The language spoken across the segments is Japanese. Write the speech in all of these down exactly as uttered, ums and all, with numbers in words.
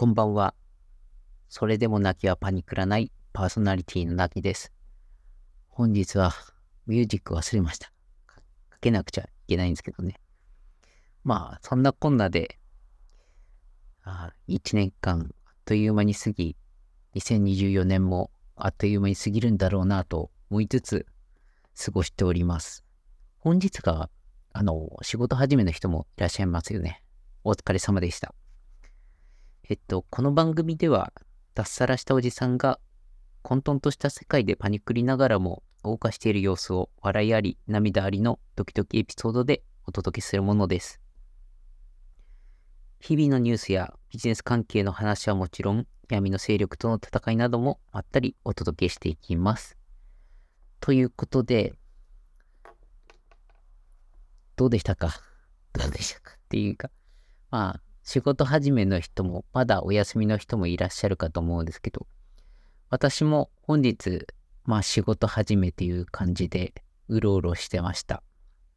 こんばんは。それでも泣きはパニクらないパーソナリティの泣きです。本日はミュージック忘れました。かかけなくちゃいけないんですけどね。まあ、そんなこんなで、あいちねんかんあっという間に過ぎ、にせんにじゅうよねんもあっという間に過ぎるんだろうなと思いつつ過ごしております。本日が、あの、仕事始めの人もいらっしゃいますよね。お疲れ様でした。えっと、この番組では、脱サラしたおじさんが混沌とした世界でパニクりながらも謳歌している様子を笑いあり涙ありのドキドキエピソードでお届けするものです。日々のニュースやビジネス関係の話はもちろん、闇の勢力との戦いなどもまったりお届けしていきます。ということで、どうでしたかどうでしたかっていうか、まあ、仕事始めの人も、まだお休みの人もいらっしゃるかと思うんですけど、私も本日、まあ仕事始めっていう感じでうろうろしてました。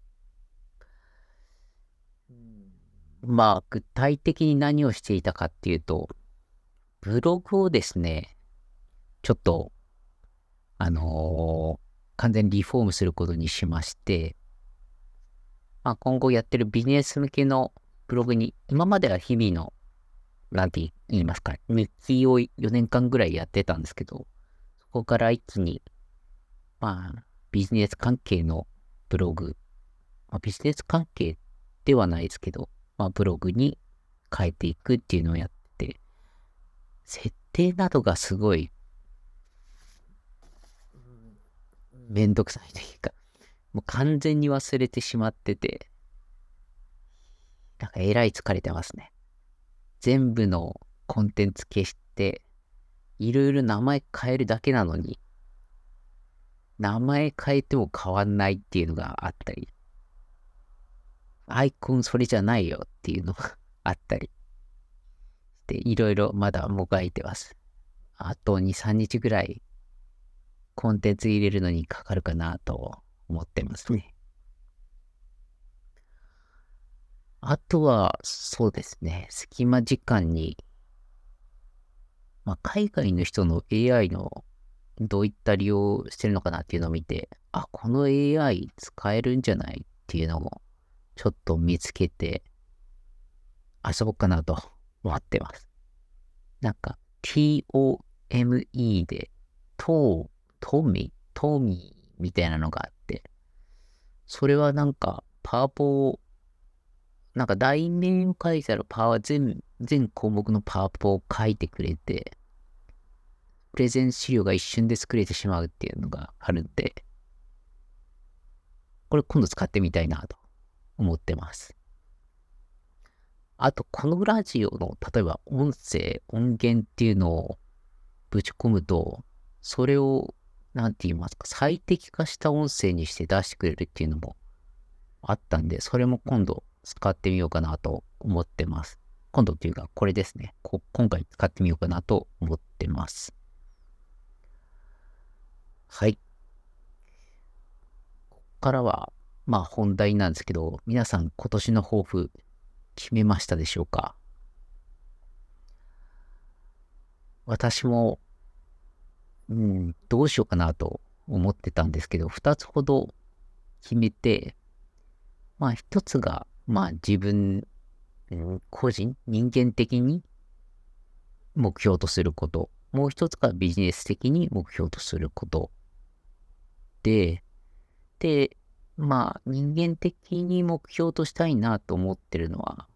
まあ具体的に何をしていたかっていうと、ブログをですね、ちょっと、あのー完全にリフォームすることにしまして、まあ今後やってるビジネス向けのブログに、今までは日々の、なんて言いますか、日記をよねんかんぐらいやってたんですけど、そこから一気に、まあ、ビジネス関係のブログ、まあ、ビジネス関係ではないですけど、まあ、ブログに変えていくっていうのをやってて、設定などがすごいめんどくさいというか、もう完全に忘れてしまってて、なんかえらい疲れてますね。全部のコンテンツ消して、いろいろ名前変えるだけなのに、名前変えても変わんないっていうのがあったり、アイコンそれじゃないよっていうのがあったりして、いろいろまだもがいてます。あとに、さんにちぐらいコンテンツ入れるのにかかるかなと思ってますね。あとは、そうですね、隙間時間に、まあ、海外の人の エーアイ のどういった利用をしてるのかなっていうのを見て、あ、この エーアイ 使えるんじゃないっていうのもちょっと見つけて遊ぼうかなと思ってます。なんか ティーオーエムイー でトー、トミ、トミーみたいなのがあって、それはなんかパワポを、なんか題名を書いてあるパワー全、全項目のパワポを書いてくれて、プレゼン資料が一瞬で作れてしまうっていうのがあるんで、これ今度使ってみたいなと思ってます。あと、このラジオの、例えば音声、音源っていうのをぶち込むと、それを、なんて言いますか、最適化した音声にして出してくれるっていうのもあったんで、それも今度使ってみようかなと思ってます。今度っていうか、これですね。こ今回使ってみようかなと思ってます。はい。ここからは、まあ本題なんですけど、皆さん今年の抱負決めましたでしょうか？私も、うん、どうしようかなと思ってたんですけど、二つほど決めて、まあ一つが、まあ自分、うん、個人、人間的に目標とすること。もう一つがビジネス的に目標とすることで、で、まあ人間的に目標としたいなと思ってるのは、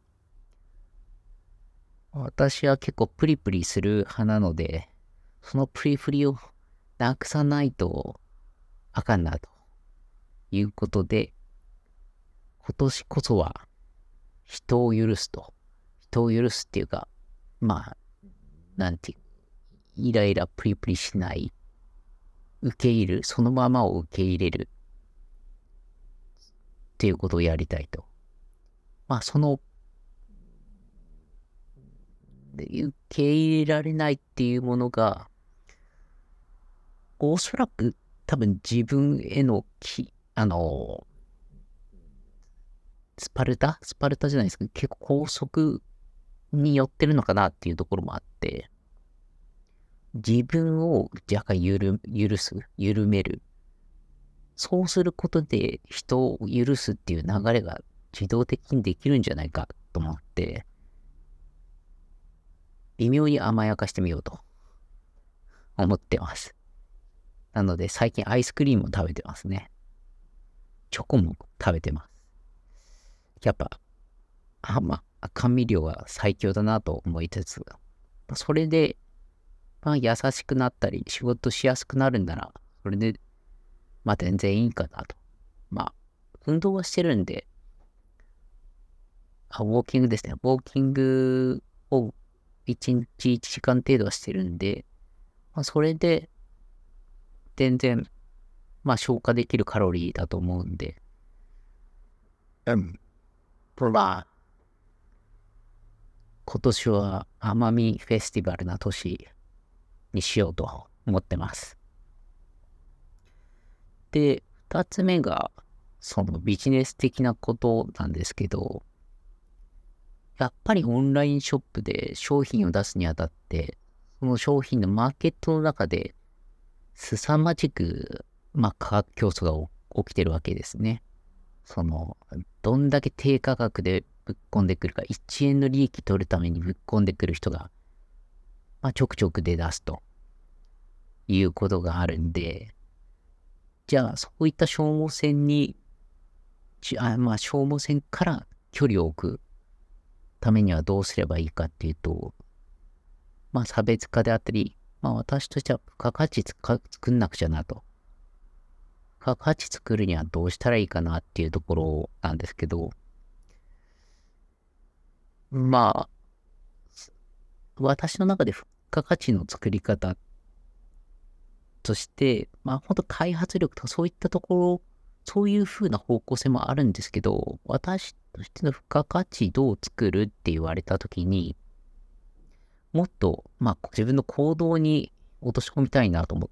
私は結構プリプリする派なので、そのプリプリをなくさないとあかんなということで、今年こそは人を許すと。人を許すっていうか、まあ、なんていう、イライラプリプリしない、受け入れる、そのままを受け入れるっていうことをやりたいと。まあ、その、受け入れられないっていうものが、おそらく多分自分へのき、あの、スパルタスパルタじゃないですか。結構拘束に寄ってるのかなっていうところもあって、自分を若干ゆる、許す、緩める。そうすることで人を許すっていう流れが自動的にできるんじゃないかと思って、微妙に甘やかしてみようと思ってます。なので最近アイスクリームを食べてますね。チョコも食べてます。やっぱ、あ、まあ、甘味料は最強だなと思いつつ、それで、まあ、優しくなったり、仕事しやすくなるんなら、それで、まあ全然いいかなと。まあ、運動はしてるんで、あ、ウォーキングですね。ウォーキングをいちにちいちじかん程度はしてるんで、まあ、それで、全然、まあ消化できるカロリーだと思うんで、うん。まあ、今年は奄美フェスティバルな年にしようと思ってます。で、二つ目が、そのビジネス的なことなんですけど、やっぱりオンラインショップで商品を出すにあたって、その商品のマーケットの中で凄まじく、まあ、価格競争が起きてるわけですね。その、どんだけ低価格でぶっ込んでくるか、いちえんの利益取るためにぶっ込んでくる人が、まあ、ちょくちょく出だすということがあるんで、じゃあ、そういった消耗戦に、あまあ、消耗戦から距離を置くためにはどうすればいいかっていうと、まあ、差別化であったり、まあ、私としては付加価値作んなくちゃなと。付加価値作るにはどうしたらいいかなっていうところなんですけど、まあ、私の中で付加価値の作り方として、まあ、本当開発力とかそういったところ、そういう風な方向性もあるんですけど、私としての付加価値どう作るって言われたときに、もっと、まあ、自分の行動に落とし込みたいなと思って、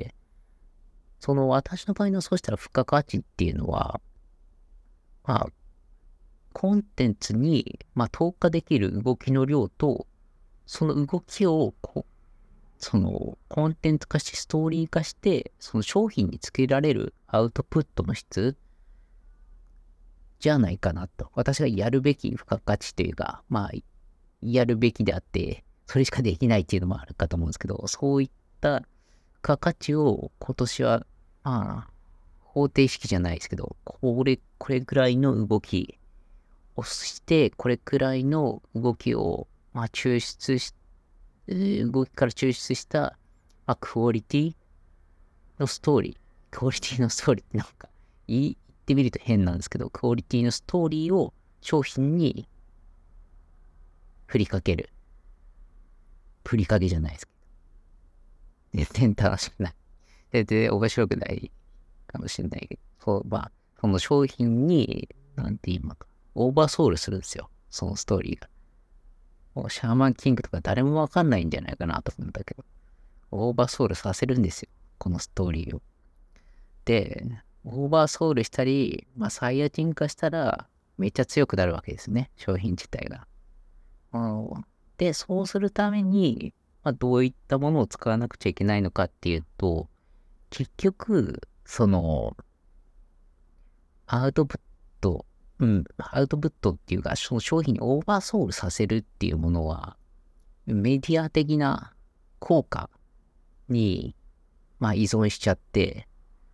その私の場合のそうしたら付加価値っていうのは、まあ、コンテンツに、まあ、投下できる動きの量と、その動きをこそのコンテンツ化してストーリー化して、その商品につけられるアウトプットの質じゃないかなと。私がやるべき付加価値というか、まあ、やるべきであって、それしかできないっていうのもあるかと思うんですけど、そういった付加価値を今年は、まあ、方程式じゃないですけど、これ、これぐらいの動きをして、これくらいの動きを、まあ、抽出し、動きから抽出した、まあ、クオリティのストーリー、クオリティのストーリーってなんか、言ってみると変なんですけど、クオリティのストーリーを商品に振りかける。振りかけじゃないですけど。全然楽しくない。全然面白くないかもしれないけど、そう、まあ、その商品に、なんて言いますか、オーバーソウルするんですよ。そのストーリーが。もうシャーマンキングとか誰もわかんないんじゃないかなと思うんだけど、オーバーソウルさせるんですよ。このストーリーを。で、オーバーソウルしたり、まあ、サイヤ人化したら、めっちゃ強くなるわけですね。商品自体が。で、そうするために、まあ、どういったものを使わなくちゃいけないのかっていうと、結局、その、アウトプット、うん、アウトプットっていうか、その商品にオーバーソウルさせるっていうものは、メディア的な効果に、まあ、依存しちゃって、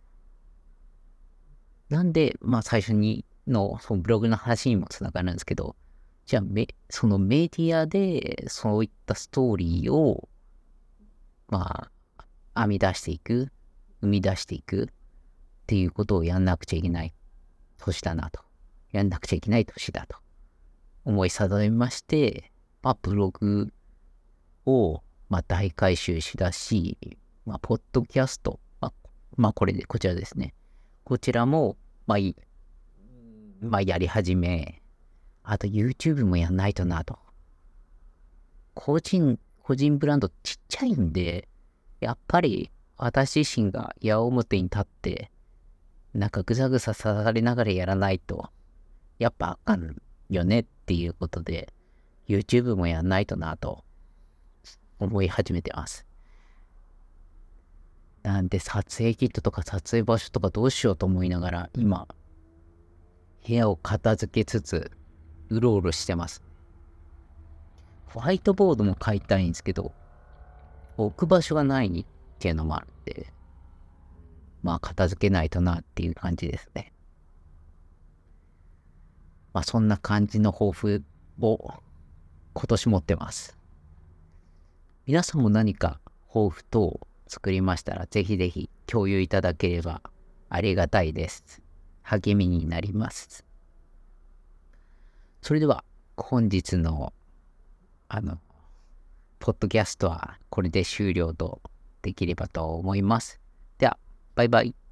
なんで、まあ、最初にの、そのブログの話にもつながるんですけど、じゃあ、め、そのメディアで、そういったストーリーを、まあ、編み出していく、生み出していくっていうことをやんなくちゃいけない年だなと。やんなくちゃいけない年だと思い定めまして、まあ、ブログを、まあ、大改修しだし、まあ、ポッドキャスト、まあ、まあ、これで、こちらですね。こちらも、まあ、いまあ、やり始め、あと YouTube もやんないとなと。個人、個人ブランドちっちゃいんで、やっぱり私自身が矢面に立って、なんかぐさぐさ刺されながらやらないと、やっぱあかんよねっていうことで、 YouTube もやんないとなと思い始めてます。なんで撮影キットとか撮影場所とかどうしようと思いながら今、部屋を片付けつつ、うろうろしてます。ホワイトボードも買いたいんですけど、置く場所がないっていうのもあるんで、まあ片付けないとなっていう感じですね。まあそんな感じの抱負を今年持ってます。皆さんも何か抱負等作りましたら、ぜひぜひ共有いただければありがたいです。励みになります。それでは本日のあの、ポッドキャストはこれで終了とできればと思います。では、バイバイ。